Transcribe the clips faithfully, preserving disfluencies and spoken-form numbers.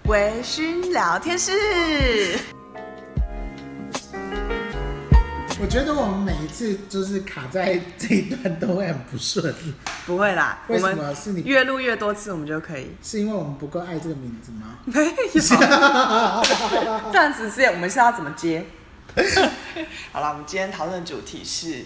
微醺聊天室。 我觉得我们每一次就是卡在这一段都会很不顺。 不会啦， 为什么？是你越录越多次，我们就可以。 是因为我们不够爱这个名字吗？ 没有，这样子是我们是要怎么接？好了，我们今天讨论的主题是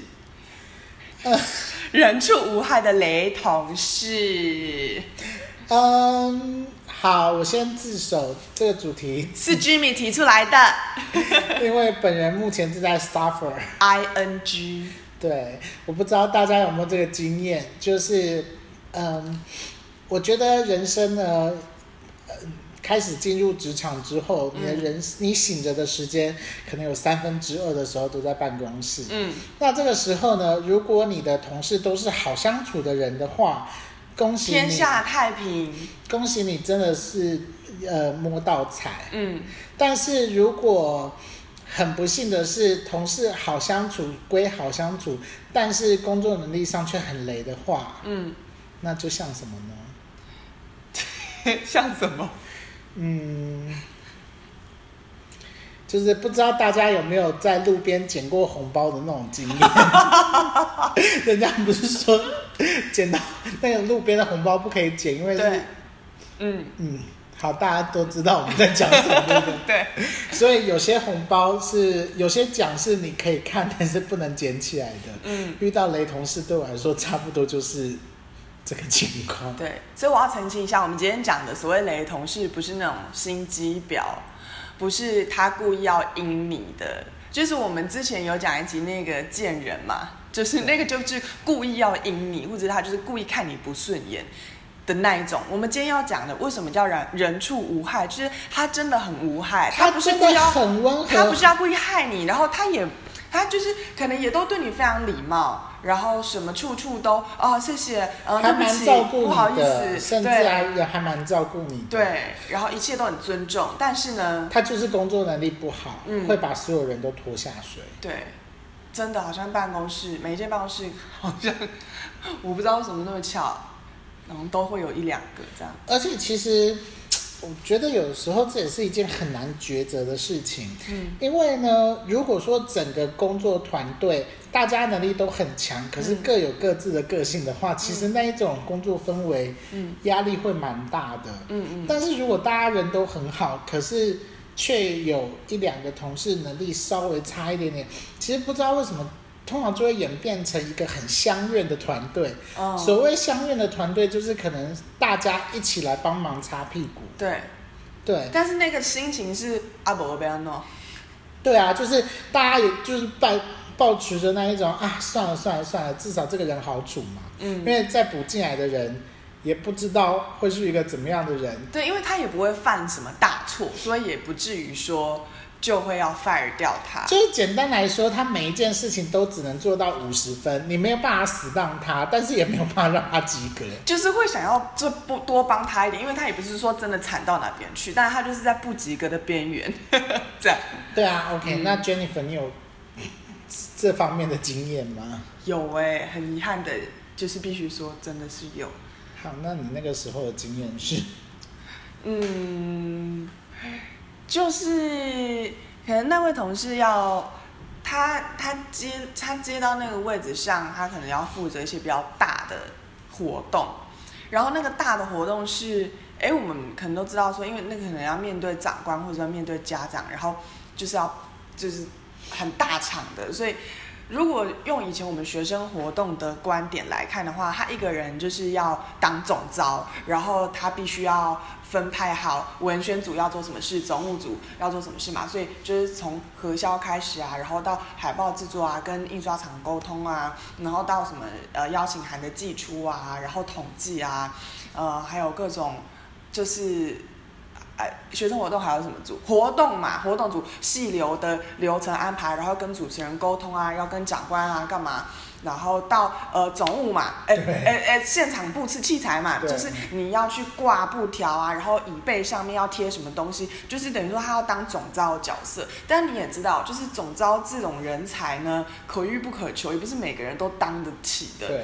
人畜无害的雷同事。 嗯，好，我先自首，这个主题是 Jimmy 提出来的， 因为本人目前正在 suffer I N G。 对，我不知道大家有没有这个经验，就是嗯，我觉得人生呢，呃开始进入职场之后，你的人、嗯、你醒着的时间可能有三分之二的时候都在办公室。嗯，那这个时候呢，如果你的同事都是好相处的人的话，恭喜你， 天下太平， 恭喜你真的是呃摸到彩。嗯，但是如果很不幸的是，同事好相处归好相处，但是工作能力上却很雷的话，嗯，那就像什么呢？像什么？ 嗯，就是不知道大家有没有在路边捡过红包的那种经验？人家不是说捡到那个路边的红包不可以捡，因为是，嗯嗯，好，大家都知道我们在讲什么，对不对？ 对。 所以有些红包是有些奖是你可以看，但是不能捡起来的。嗯。遇到雷同事对我来说，差不多就是这个情况。 对，所以我要澄清一下，我们今天讲的所谓雷同事，不是那种心机婊，不是他故意要阴你的，就是我们之前有讲一集那个贱人嘛，就是那个就是故意要阴你，或者他就是故意看你不顺眼的那一种。我们今天要讲的，为什么叫人人畜无害，就是他真的很无害，他不是故意要很温和， 他不是要故意害你，然后他也他就是可能也都对你非常礼貌。然后什么处处都哦，谢谢，呃，对不起，不好意思， 甚至还还蛮照顾你的。 对，然后一切都很尊重，但是呢， 他就是工作能力不好，嗯、会把所有人都拖下水。 对，真的好像办公室每一间办公室好像我不知道为什么那么巧，然后都会有一两个这样。 而且其实我觉得有时候这也是一件很难抉择的事情，嗯，因为呢，如果说整个工作团队大家能力都很强，可是各有各自的个性的话，嗯、其实那一种工作氛围，嗯，压力会蛮大的，嗯嗯。但是如果大家人都很好，可是却有一两个同事能力稍微差一点点，其实不知道为什么。通常就会演变成一个很相怨的团队。哦、所谓相怨的团队，就是可能大家一起来帮忙擦屁股。 对， 对。 但是那个心情是阿伯不要弄。 对啊，就是大家也就是抱抱持着那一种啊，算了算了算了，至少这个人好处嘛。嗯。因为再补进来的人，也不知道会是一个怎么样的人。 对，因为他也不会犯什么大错，所以也不至于说。就会要 fire 掉他， 就是简单来说，他每一件事情都只能做到五十分，你没有办法死当他，但是也没有办法让他及格。 就是会想要就不多帮他一点，因为他也不是说真的惨到哪边去，但是他就是在不及格的边缘，这样。 对啊 ，OK，、嗯、那 Jennifer， 你有这方面的经验吗？ 有哎、欸，很遗憾的，就是必须说真的是有。 好，那你那个时候的经验是？ 嗯。就是可能那位同事要他他接他接到那个位置上，他可能要负责一些比较大的活动，然后那个大的活动是，哎，我们可能都知道说，因为那个可能要面对长官或者要面对家长，然后就是要就是很大场的，所以如果用以前我们学生活动的观点来看的话，他一个人就是要当总召，然后他必须要分派好文宣组要做什么事，总务组要做什么事嘛，所以就是从核销开始啊，然后到海报制作啊，跟印刷厂沟通啊，然后到什么呃邀请函的寄出啊，然后统计啊，呃还有各种就是。哎，学生活动还有什么组？活动嘛，活动组细流的流程安排，然后跟主持人沟通啊，要跟长官啊干嘛？然后到呃总务嘛，哎哎哎，现场布置器材嘛，就是你要去挂布条啊，然后椅背上面要贴什么东西，就是等于说他要当总召的角色。但你也知道，就是总召这种人才呢，可遇不可求，也不是每个人都当得起的。 对。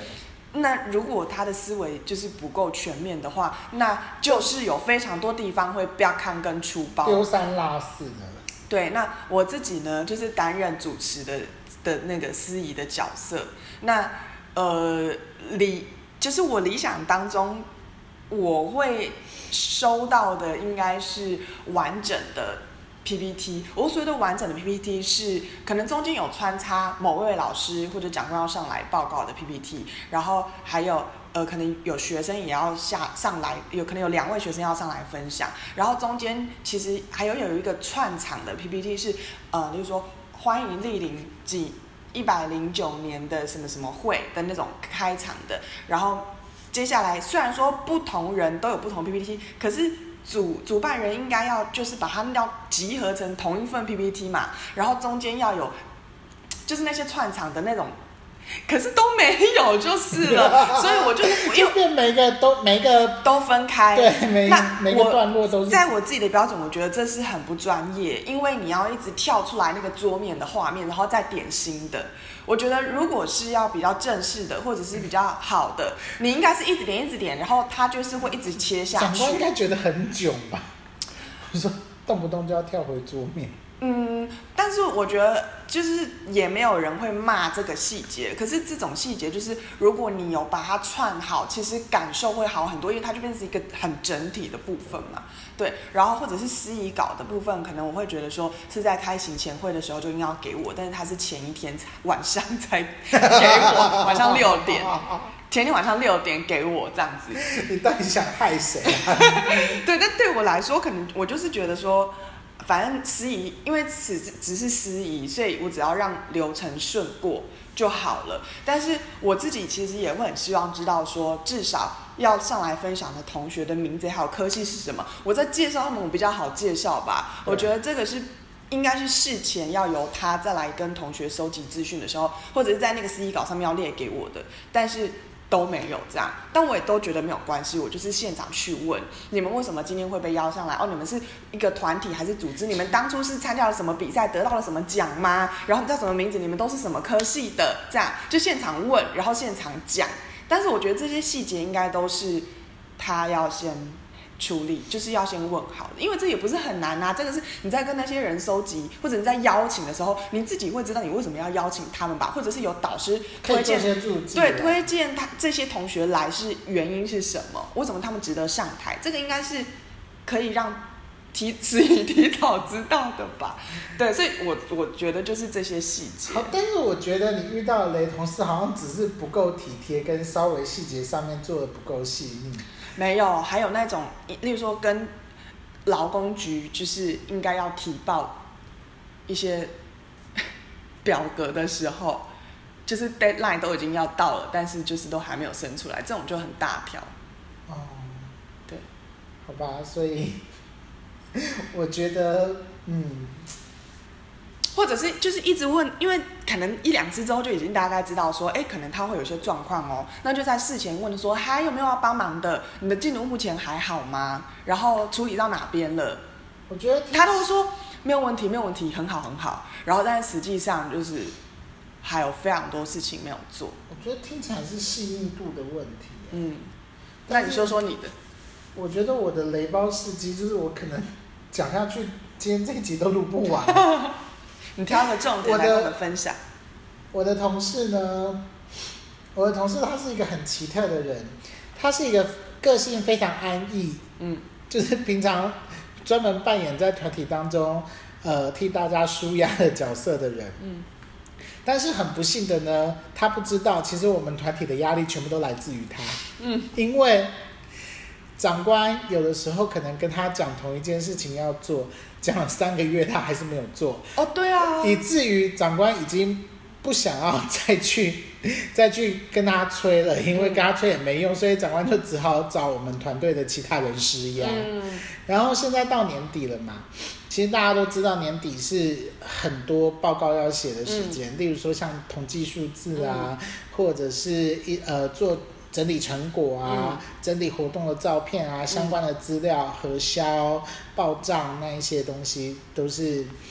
那如果他的思维就是不够全面的话，那就是有非常多地方会不要看跟出包， 丢三落四的。 对，那我自己呢，就是担任主持的的那个司仪的角色。那呃理就是我理想当中，我会收到的应该是完整的 P P T。我所谓的完整的 P P T 是可能中间有穿插某位老师或者长官要上来报告的 P P T， 然后还有呃可能有学生也要下上来，有可能有两位学生要上来分享，然后中间其实还有有一个串场的 P P T 是呃，例如说欢迎莅临几一百零九年的什么什么会的那种开场的，然后接下来虽然说不同人都有不同 P P T， 可是主主办人应该要就是把它们要集合成同一份 P P T 嘛，然后中间要有就是那些串场的那种，可是都没有就是了，所以我就就变每个都每个都分开， 对，每那每个段落都是。 在我自己的标准，我觉得这是很不专业，因为你要一直跳出来那个桌面的画面，然后再点新的。我觉得如果是要比较正式的，或者是比较好的，你应该是一直点一直点，然后它就是会一直切下去。 长官应该觉得很囧吧？我说动不动就要跳回桌面。 嗯，但是我觉得就是也没有人会骂这个细节，可是这种细节就是如果你有把它串好，其实感受会好很多，因为它就变成一个很整体的部分嘛。对，然后或者是司仪稿的部分，可能我会觉得说是在开行前会的时候就应该要给我，但是它是前一天晚上才给我，晚上六点，前天晚上六点给我这样子。 你到底想害谁啊？ 对，但对我来说，可能我就是觉得说。反正司仪，因为只只是司仪，所以我只要让流程顺过就好了。但是我自己其实也会很希望知道说，至少要上来分享的同学的名字还有科系是什么，我在介绍他们我比较好介绍吧。我觉得这个是应该是事前要由他再来跟同学收集资讯的时候，或者是在那个司仪稿上面要列给我的，但是。都没有这样，但我也都觉得没有关系，我就是现场去问你们为什么今天会被邀上来哦，你们是一个团体还是组织？你们当初是参加了什么比赛，得到了什么奖吗？然后你叫什么名字？你们都是什么科系的？这样就现场问，然后现场讲。但是我觉得这些细节应该都是他要先处理，就是要先问好的，因为这也不是很难啊。这个是你在跟那些人收集，或者你在邀请的时候，你自己会知道你为什么要邀请他们吧，或者是有导师推荐，对，推荐他这些同学来是原因是什么？为什么他们值得上台？这个应该是可以让提司仪提早知道的吧？对，所以我我觉得就是这些细节。 好，但是我觉得你遇到的雷同事好像只是不够体贴，跟稍微细节上面做的不够细腻。 没有，还有那种，例如说跟劳工局就是应该要提报一些表格的时候，就是 deadline 都已经要到了，但是就是都还没有生出来，这种就很大条。 哦， 对， 好吧，所以我觉得，嗯。 或者是就是一直问，因为可能一两次之后就已经大概知道说，哎，可能他会有些状况哦，那就在事前问说，还有没有要帮忙的？你的进度目前还好吗？然后处理到哪边了？ 我觉得他都说没有问题，没有问题，很好很好。然后但是实际上就是还有非常多事情没有做。 我觉得听起来是细腻度的问题。 嗯，那你说说你的？ 我觉得我的雷包事迹就是我可能讲下去，今天这一集都录不完。 你挑个重点来跟我们分享。 我的同事呢，我的同事他是一个很奇特的人，他是一个个性非常安逸，嗯，就是平常专门扮演在团体当中，呃，替大家抒压的角色的人，嗯。但是很不幸的呢，他不知道，其实我们团体的压力全部都来自于他，嗯，因为长官有的时候可能跟他讲同一件事情要做。讲了三个月，他还是没有做。 哦，对啊， 以至于长官已经不想要再去再去跟他催了，因为跟他催也没用，所以长官就只好找我们团队的其他人施压。嗯，然后现在到年底了嘛，其实大家都知道年底是很多报告要写的时间，嗯，例如说像统计数字啊，嗯，或者是一呃做。整理成果啊，嗯，整理活动的照片啊，相关的资料、核销、报账那一些东西，都是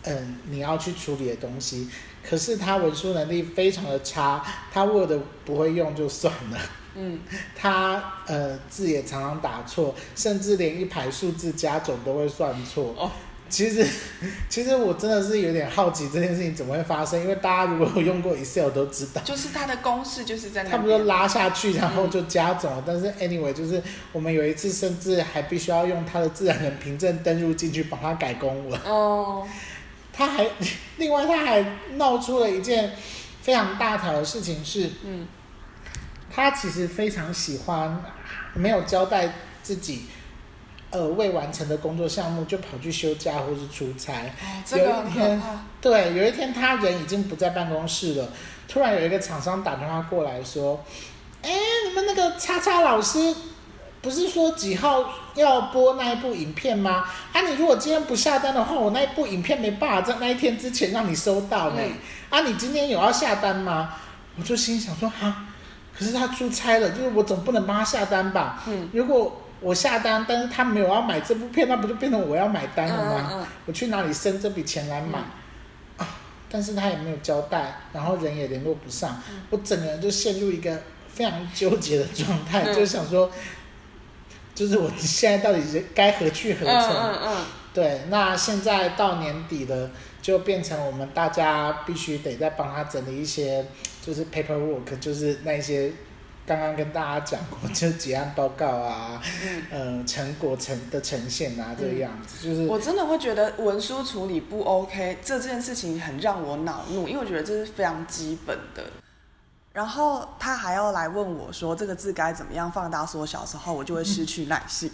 嗯，你要去处理的东西，可是他文书能力非常的差，他 Word 不会用就算了，嗯，他呃字也常常打错，甚至连一排数字加总都会算错。哦，其实其实我真的是有点好奇这件事情怎么会发生，因为大家如果有用过 Excel 都知道， 就是它的公式就是在那边， 差不多拉下去然后就加总了，嗯，但是 anyway 就是我们有一次甚至还必须要用他的自然人凭证登入进去帮他改公文。哦。他还另外他还闹出了一件非常大条的事情是，嗯，他其实非常喜欢没有交代自己呃未完成的工作项目就跑去休假或是出差。哦，这个很可怕。有一天，对，有一天他人已经不在办公室了，突然有一个厂商打电话过来说，哎，你们那个叉叉老师不是说几号要播那一部影片吗？啊，你如果今天不下单的话，我那一部影片没办法在那一天之前让你收到呢。嗯，啊，你今天有要下单吗？我就心想说，哈，可是他出差了，就是我总不能帮他下单吧？嗯，如果我下单，但是他没有要买这部片，那不就变成我要买单了吗？嗯嗯嗯，我去哪里生这笔钱来买？嗯，啊，但是他也没有交代，然后人也联络不上，嗯，我整个人就陷入一个非常纠结的状态，嗯，就想说。就是我现在到底是该何去何从？嗯嗯嗯。对，那现在到年底了，就变成我们大家必须得再帮他整理一些，就是 paperwork， 就是那些刚刚跟大家讲过，就是结案报告啊，嗯，呃，成果呈的呈现啊，这个样子，就是我真的会觉得文书处理不 OK 这件事情很让我恼怒，因为我觉得这是非常基本的。然后他还要来问我说这个字该怎么样放大缩小的时候，我就会失去耐性。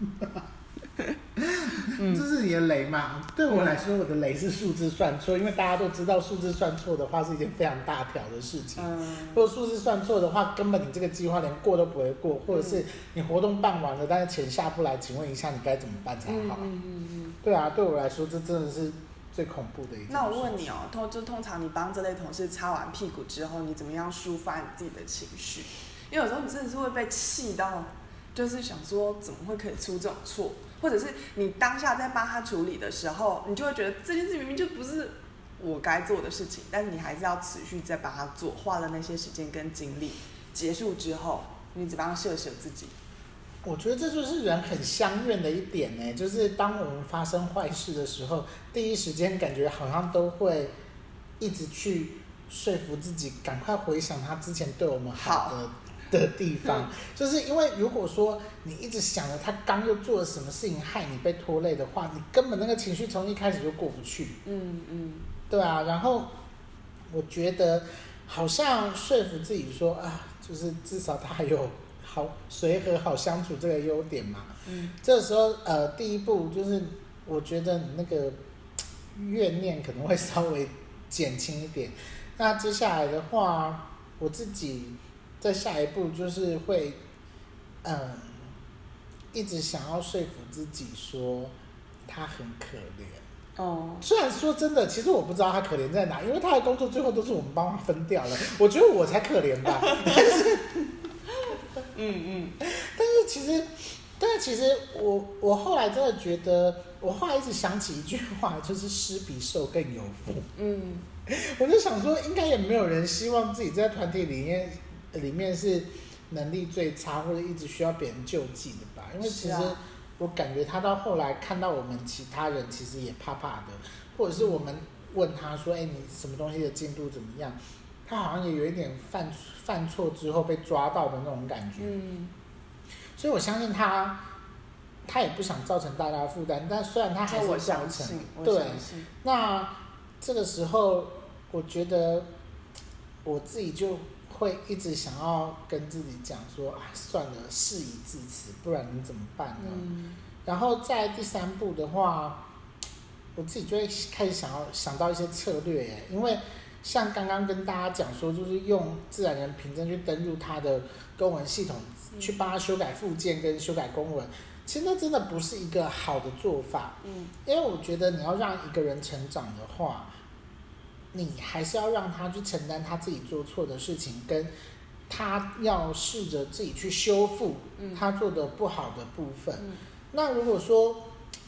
嗯，这是你的雷嘛？对我来说，我的雷是数字算错，因为大家都知道数字算错的话是一件非常大条的事情。嗯，如果数字算错的话，根本你这个计划连过都不会过，或者是你活动办完了，但是钱下不来，请问一下你该怎么办才好？嗯嗯嗯。对啊，对我来说，这真的是最恐怖的一件事。 那我问你哦，通就通常你帮这类同事擦完屁股之后，你怎么样抒发你自己的情绪？因为有时候你真的是会被气到，就是想说怎么会可以出这种错，或者是你当下在帮他处理的时候，你就会觉得这件事明明就不是我该做的事情，但是你还是要持续在帮他做，花了那些时间跟精力，结束之后，你只帮他设舍自己。 我觉得这就是人很相怨的一点呢，就是当我们发生坏事的时候，第一时间感觉好像都会一直去说服自己，赶快回想他之前对我们好的的地方，嗯，就是因为如果说你一直想着他刚又做了什么事情害你被拖累的话，你根本那个情绪从一开始就过不去。嗯嗯，对啊，然后我觉得好像说服自己说啊，就是至少他还有好随和好相处这个优点嘛。嗯，这时候呃第一步就是我觉得你那个怨念可能会稍微减轻一点。那接下来的话，我自己在下一步就是会嗯一直想要说服自己说他很可怜。哦，虽然说真的，其实我不知道他可怜在哪，因为他的工作最后都是我们帮他分掉了，我觉得我才可怜吧。但是嗯嗯，但是其实，但是其实我我后来真的觉得，我后来一直想起一句话，就是施比受更有福。嗯，我就想说，应该也没有人希望自己在团体里面里面是能力最差或者一直需要别人救济的吧？因为其实我感觉他到后来看到我们其他人其实也怕怕的，或者是我们问他说：“哎，你什么东西的进度怎么样？”他好像也有一点犯犯错之后被抓到的那种感觉。嗯，所以我相信他，他也不想造成大家的负担，但虽然他还是造成，对，那这个时候我觉得我自己就会一直想要跟自己讲说，啊，算了，事已至此，不然你怎么办呢？嗯，然后在第三步的话，我自己就会开始想要想到一些策略耶，因为像刚刚跟大家讲说，就是用自然人凭证去登入他的公文系统，去帮他修改附件跟修改公文，其实那真的不是一个好的做法。嗯，因为我觉得你要让一个人成长的话，你还是要让他去承担他自己做错的事情，跟他要试着自己去修复他做的不好的部分。嗯，那如果说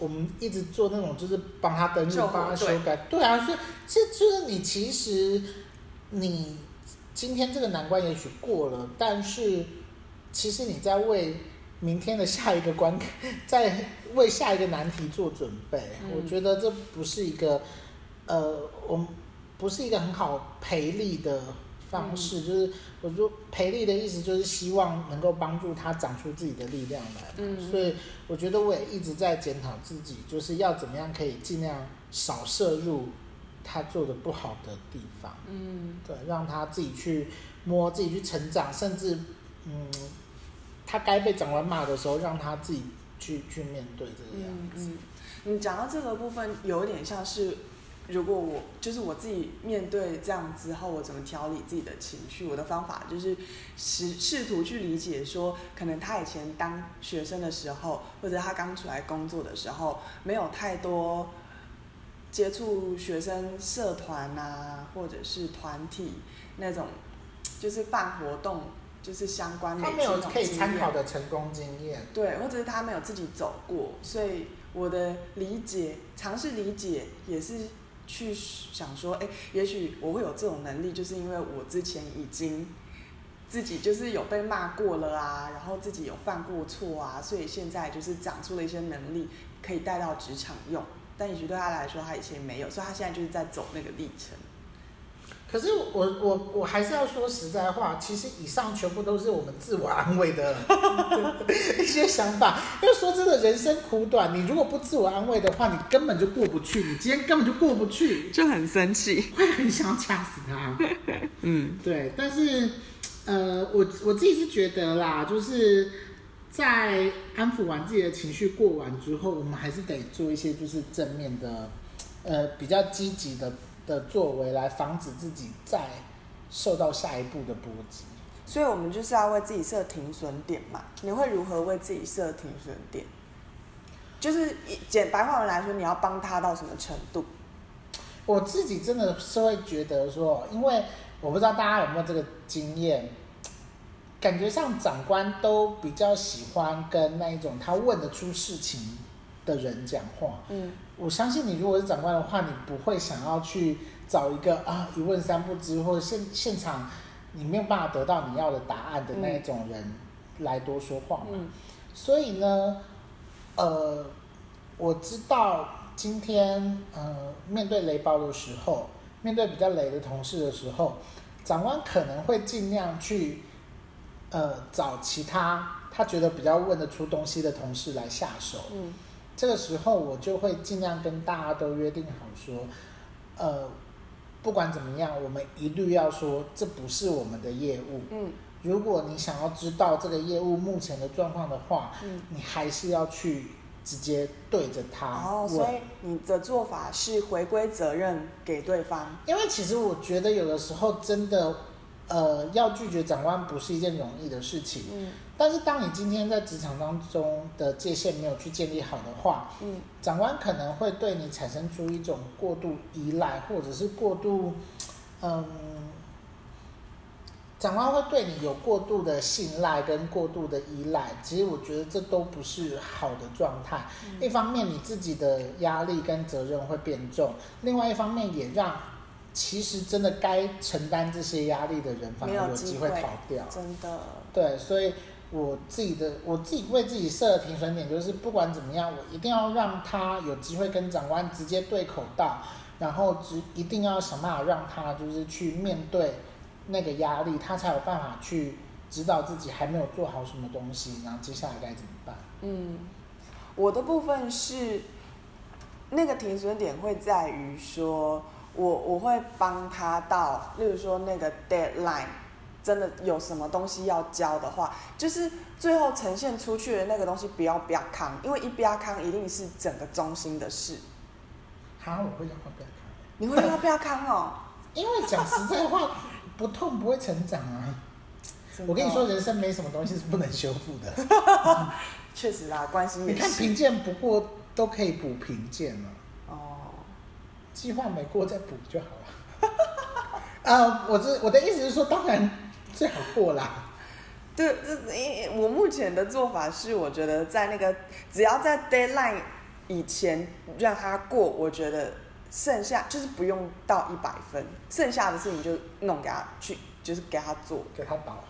我们一直做那种就是帮他登录、帮他修改，对啊，所以这就是你其实你今天这个难关也许过了，但是其实你在为明天的下一个关，在为下一个难题做准备。嗯、我觉得这不是一个呃，我们不是一个很好培力的方式，嗯、就是我说培力的意思就是希望能够帮助他长出自己的力量来。嗯、所以我觉得我也一直在检讨自己，就是要怎么样可以尽量少摄入他做的不好的地方。嗯，对，让他自己去摸，自己去成长，甚至嗯，他该被长官骂的时候，让他自己去去面对这个样子。嗯嗯，你讲到这个部分，有点像是。如果我就是我自己面对这样之后，我怎么调理自己的情绪？我的方法就是试试图去理解说，可能他以前当学生的时候，或者他刚出来工作的时候，没有太多接触学生社团啊，或者是团体那种，就是办活动，就是相关的。 他没有可以参考的成功经验。 对，或者是他没有自己走过，所以我的理解，尝试理解也是。去想说，哎，也许我会有这种能力，就是因为我之前已经自己就是有被骂过了啊，然后自己有犯过错啊，所以现在就是长出了一些能力，可以带到职场用。但也许对他来说，他以前没有，所以他现在就是在走那个历程。 可是我我我还是要说实在话，其实以上全部都是我们自我安慰的一些想法。因为说真的，人生苦短，你如果不自我安慰的话，你根本就过不去。你今天根本就过不去， 就很生气， 会很想要掐死他。嗯，对。但是呃，我我自己是觉得啦，就是在安抚完自己的情绪过完之后，我们还是得做一些就是正面的，呃，比较积极的。的作为来防止自己再受到下一步的波及， 所以我们就是要为自己设停损点嘛。你会如何为自己设停损点？就是简白话文来说，你要帮他到什么程度？ 我自己真的是会觉得说，因为我不知道大家有没有这个经验，感觉上长官都比较喜欢跟那一种他问得出事情的人讲话。嗯。我相信你如果是长官的话，你不会想要去找一个啊一问三不知，或者现现场你没有办法得到你要的答案的那一种人来多说话嘛。嗯、所以呢，呃，我知道今天呃面对雷包的时候，面对比较雷的同事的时候，长官可能会尽量去呃找其他他觉得比较问得出东西的同事来下手。嗯。这个时候我就会尽量跟大家都约定好说，呃，不管怎么样，我们一律要说这不是我们的业务。嗯，如果你想要知道这个业务目前的状况的话，嗯，你还是要去直接对着他。 哦，所以你的做法是回归责任给对方。 因为其实我觉得有的时候真的，呃，要拒绝长官不是一件容易的事情。嗯。但是当你今天在职场当中的界限没有去建立好的话，嗯，长官可能会对你产生出一种过度依赖，或者是过度，嗯，长官会对你有过度的信赖跟过度的依赖。其实我觉得这都不是好的状态。嗯、一方面你自己的压力跟责任会变重，另外一方面也让其实真的该承担这些压力的人反而有机会逃掉。 真的。对， 所以。我自己的我自己为自己设的停损点就是不管怎么样，我一定要让他有机会跟长官直接对口到，然后只一定要想办法让他就是去面对那个压力，他才有办法去知道自己还没有做好什么东西，然后接下来该怎么办。 嗯，我的部分是那个停损点会在于说，我我会帮他到，例如说那个 deadline。真的有什么东西要交的话，就是最后呈现出去的那个东西不要不要扛，因为一不要扛一定是整个中心的事。 好，我会让他不要扛。 你会让他不要扛哦？ 因为讲实在话，不痛不会成长啊。我跟你说，人生没什么东西是不能修复的。 确实啦，关系也是。 你看评鉴不过都可以补评鉴了。哦。计划没过再补就好了。呃，我这我的意思是说，当然。最好过啦。 对，这我目前的做法是，我觉得在那个只要在 deadline 以前让他过，我觉得剩下就是不用到一百分，剩下的事情就弄给他去，就是给他做， 给他倒。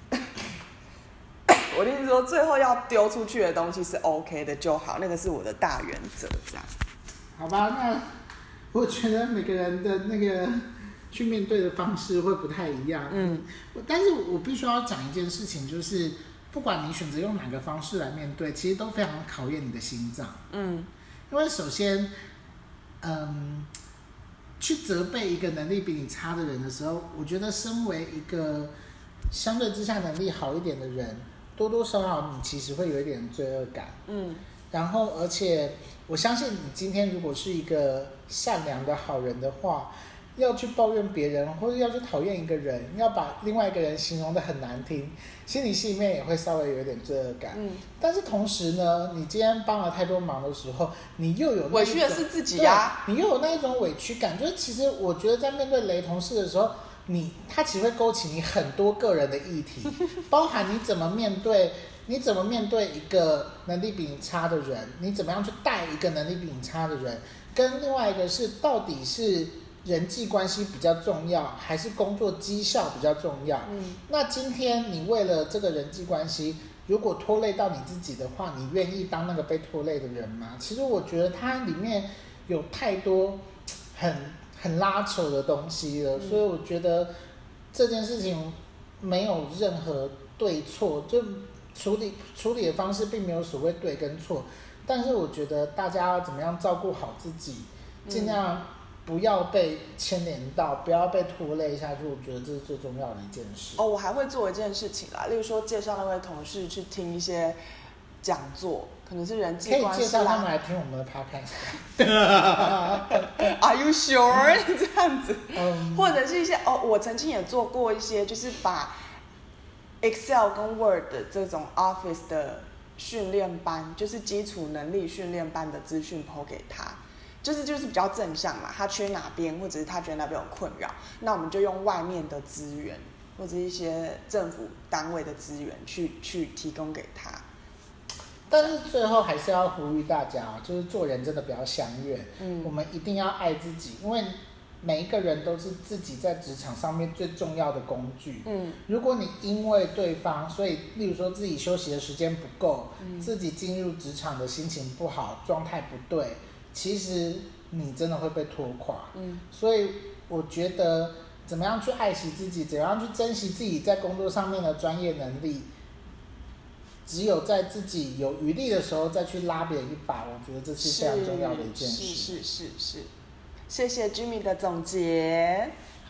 我的意思说，最后要丢出去的东西是 OK 的就好，那个是我的大原则，这样。 好吧，那我觉得每个人的那个去面对的方式会不太一样。嗯，但是我必须要讲一件事情，就是不管你选择用哪个方式来面对，其实都非常考验你的心脏。嗯，因为首先，嗯，去责备一个能力比你差的人的时候，我觉得身为一个相对之下能力好一点的人，多多少少你其实会有一点罪恶感。嗯，然后而且我相信你今天如果是一个善良的好人的话，要去抱怨别人或者要去讨厌一个人，要把另外一个人形容得很难听，心里心里面也会稍微有点罪恶感。嗯，但是同时呢，你今天帮了太多忙的时候，你又有委屈的是自己啊， 你又有那一种委屈感，就是其实我觉得在面对雷同事的时候，你他其实会勾起你很多个人的议题，包含你怎么面对。你怎么面对一个能力比你差的人？你怎么样去带一个能力比你差的人？跟另外一个是，到底是人际关系比较重要，还是工作绩效比较重要？嗯，那今天你为了这个人际关系，如果拖累到你自己的话，你愿意当那个被拖累的人吗？其实我觉得它里面有太多很很拉扯的东西了，嗯，所以我觉得这件事情没有任何对错，就处理处理的方式并没有所谓对跟错，但是我觉得大家要怎么样照顾好自己，尽量不要被牵连到，不要被拖累下去，我觉得这是最重要的一件事。 哦，我还会做一件事情啦，例如说介绍那位同事去听一些讲座，可能是人际关系啦。 可以介绍他们来听我们的 podcast。 Are you sure？ 这样子，嗯，或者是一些哦，我曾经也做过一些，就是把Excel 跟 Word 的这种 Office 的训练班，就是基础能力训练班的资讯 po 给他，就是就是比较正向嘛，他缺哪边，或者是他觉得那边有困扰，那我们就用外面的资源或者一些政府单位的资源去去提供给他。 但是最后还是要呼吁大家，就是做人真的不要相怨，嗯，我们一定要爱自己，因为每一个人都是自己在职场上面最重要的工具。嗯，如果你因为对方，所以例如说自己休息的时间不够，嗯，自己进入职场的心情不好，状态不对，其实你真的会被拖垮。嗯，所以我觉得怎么样去爱惜自己，怎么样去珍惜自己在工作上面的专业能力，只有在自己有余力的时候再去拉别人一把，我觉得这是非常重要的一件事。 是是是是。谢谢 Jimmy 的总结。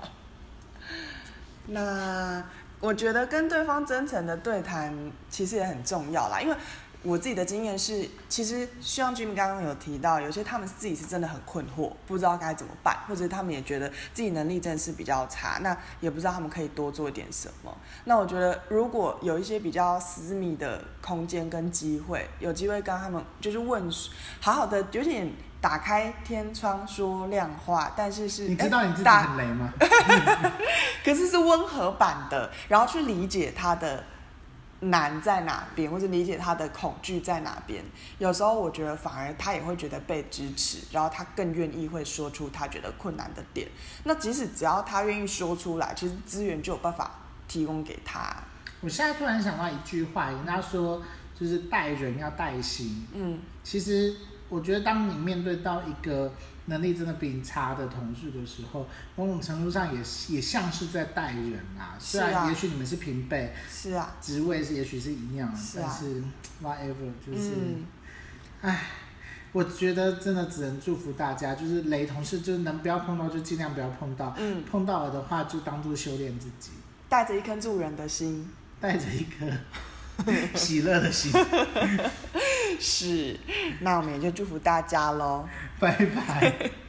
那我觉得跟对方真诚的对谈其实也很重要啦，因为我自己的经验是，其实像 Jimmy 刚刚有提到，有些他们自己是真的很困惑，不知道该怎么办，或者他们也觉得自己能力真的是比较差，那也不知道他们可以多做一点什么。那我觉得如果有一些比较私密的空间跟机会，有机会跟他们就是问，好好的有点打开天窗说亮话，但是是你知道你自己很雷吗？ 可是是温和版的，然后去理解他的难在哪边，或者理解他的恐惧在哪边。有时候我觉得反而他也会觉得被支持，然后他更愿意会说出他觉得困难的点。那即使只要他愿意说出来，其实资源就有办法提供给他。 我现在突然想到一句话，人家说就是待人要带心。嗯，其实我觉得当你面对到一个能力真的比你差的同事的时候，某种程度上也也像是在带人啊。虽然也许你们是平辈， 是啊， 职位是也许是一样， 是啊， 但是 whatever 就是，哎、嗯，我觉得真的只能祝福大家，就是雷同事就是能不要碰到就尽量不要碰到，嗯，碰到了的话就当作修炼自己， 带着一颗助人的心， 带着一颗喜乐的心。 是，那我们也就祝福大家咯， 拜拜。